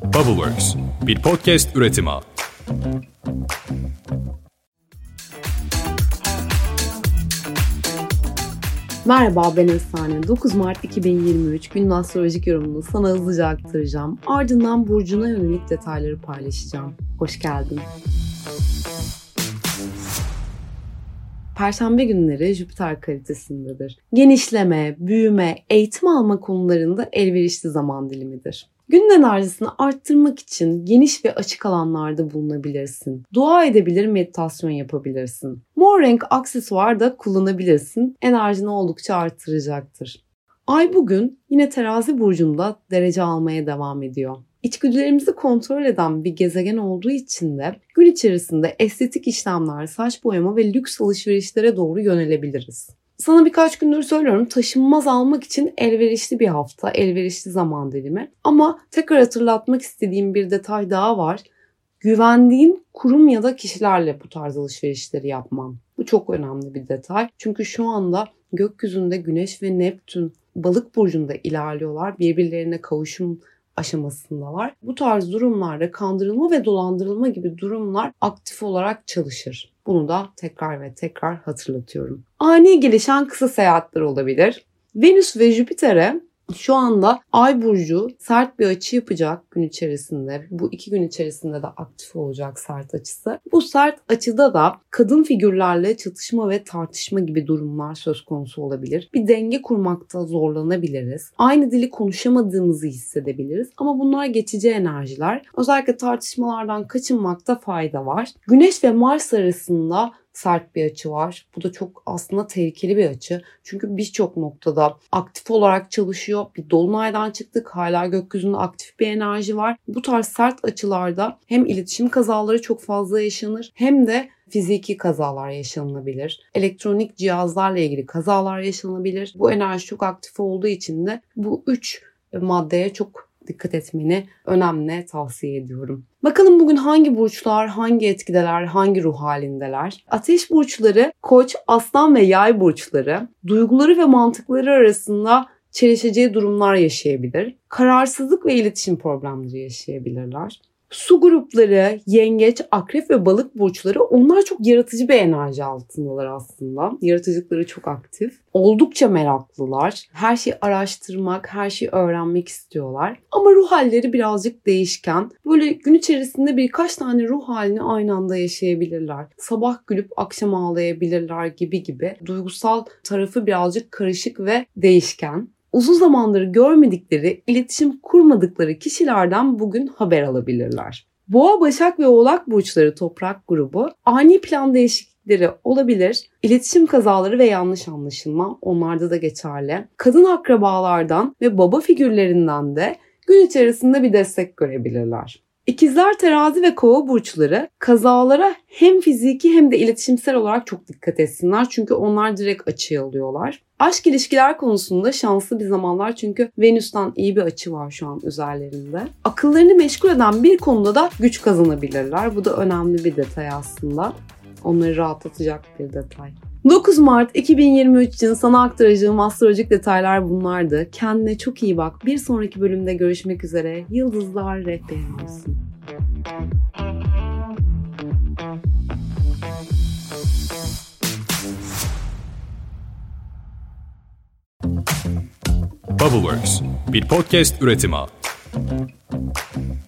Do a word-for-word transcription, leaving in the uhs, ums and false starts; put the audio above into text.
Bubbleworks, bir podcast üretimi. Merhaba, ben Efsane. dokuz Mart iki bin yirmi üç günün astrolojik yorumunu sana hızlıca aktaracağım. Ardından burcuna yönelik detayları paylaşacağım. Hoş geldin. Perşembe günleri Jüpiter kalitesindedir. Genişleme, büyüme, eğitim alma konularında elverişli zaman dilimidir. Günün enerjisini arttırmak için geniş ve açık alanlarda bulunabilirsin. Dua edebilir, meditasyon yapabilirsin. Mor renk aksesuar da kullanabilirsin. Enerjini oldukça arttıracaktır. Ay bugün yine Terazi burcunda derece almaya devam ediyor. İçgüdülerimizi kontrol eden bir gezegen olduğu için de gün içerisinde estetik işlemler, saç boyama ve lüks alışverişlere doğru yönelebiliriz. Sana birkaç gündür söylüyorum, taşınmaz almak için elverişli bir hafta, elverişli zaman dilimi. Ama tekrar hatırlatmak istediğim bir detay daha var. Güvendiğin kurum ya da kişilerle bu tarz alışverişleri yapman. Bu çok önemli bir detay. Çünkü şu anda gökyüzünde Güneş ve Neptün Balık burcunda ilerliyorlar. Birbirlerine kavuşum aşamasındalar. Bu tarz durumlarda kandırılma ve dolandırılma gibi durumlar aktif olarak çalışır. Bunu da tekrar ve tekrar hatırlatıyorum. Ani gelişen kısa seyahatler olabilir. Venüs ve Jüpiter'e şu anda Ay burcu sert bir açı yapacak gün içerisinde. Bu iki gün içerisinde de aktif olacak sert açısı. Bu sert açıda da kadın figürlerle çatışma ve tartışma gibi durumlar söz konusu olabilir. Bir denge kurmakta zorlanabiliriz. Aynı dili konuşamadığımızı hissedebiliriz. Ama bunlar geçici enerjiler. Özellikle tartışmalardan kaçınmakta fayda var. Güneş ve Mars arasında sert bir açı var. Bu da çok aslında tehlikeli bir açı. Çünkü birçok noktada aktif olarak çalışıyor. Bir dolunaydan çıktık. Hala gökyüzünde aktif bir enerji var. Bu tarz sert açılarda hem iletişim kazaları çok fazla yaşanır hem de fiziki kazalar yaşanabilir. Elektronik cihazlarla ilgili kazalar yaşanabilir. Bu enerji çok aktif olduğu için de bu üç maddeye çok dikkat etmeni önemli tavsiye ediyorum. Bakalım bugün hangi burçlar, hangi etkideler, hangi ruh halindeler? Ateş burçları, Koç, Aslan ve Yay burçları duyguları ve mantıkları arasında çelişeceği durumlar yaşayabilir. Kararsızlık ve iletişim problemleri yaşayabilirler. Su grupları, Yengeç, Akrep ve Balık burçları onlar çok yaratıcı bir enerji altındalar aslında. Yaratıcılıkları çok aktif. Oldukça meraklılar. Her şeyi araştırmak, her şeyi öğrenmek istiyorlar. Ama ruh halleri birazcık değişken. Böyle gün içerisinde birkaç tane ruh halini aynı anda yaşayabilirler. Sabah gülüp akşam ağlayabilirler gibi gibi. Duygusal tarafı birazcık karışık ve değişken. Uzun zamandır görmedikleri, iletişim kurmadıkları kişilerden bugün haber alabilirler. Boğa, Başak ve Oğlak burçları toprak grubu ani plan değişiklikleri olabilir. İletişim kazaları ve yanlış anlaşılma onlarda da geçerli. Kadın akrabalardan ve baba figürlerinden de gün içerisinde bir destek görebilirler. İkizler, Terazi ve Kova burçları kazalara hem fiziki hem de iletişimsel olarak çok dikkat etsinler. Çünkü onlar direkt açıya alıyorlar. Aşk ilişkiler konusunda şanslı bir zamanlar çünkü Venüs'ten iyi bir açı var şu an üzerlerinde. Akıllarını meşgul eden bir konuda da güç kazanabilirler. Bu da önemli bir detay aslında. Onları rahatlatacak bir detay. dokuz Mart iki bin yirmi üç için sana aktaracağım astrolojik detaylar bunlardı. Kendine çok iyi bak. Bir sonraki bölümde görüşmek üzere. Yıldızlar rehberin olsun. Bubbleworks, bir podcast üretimi.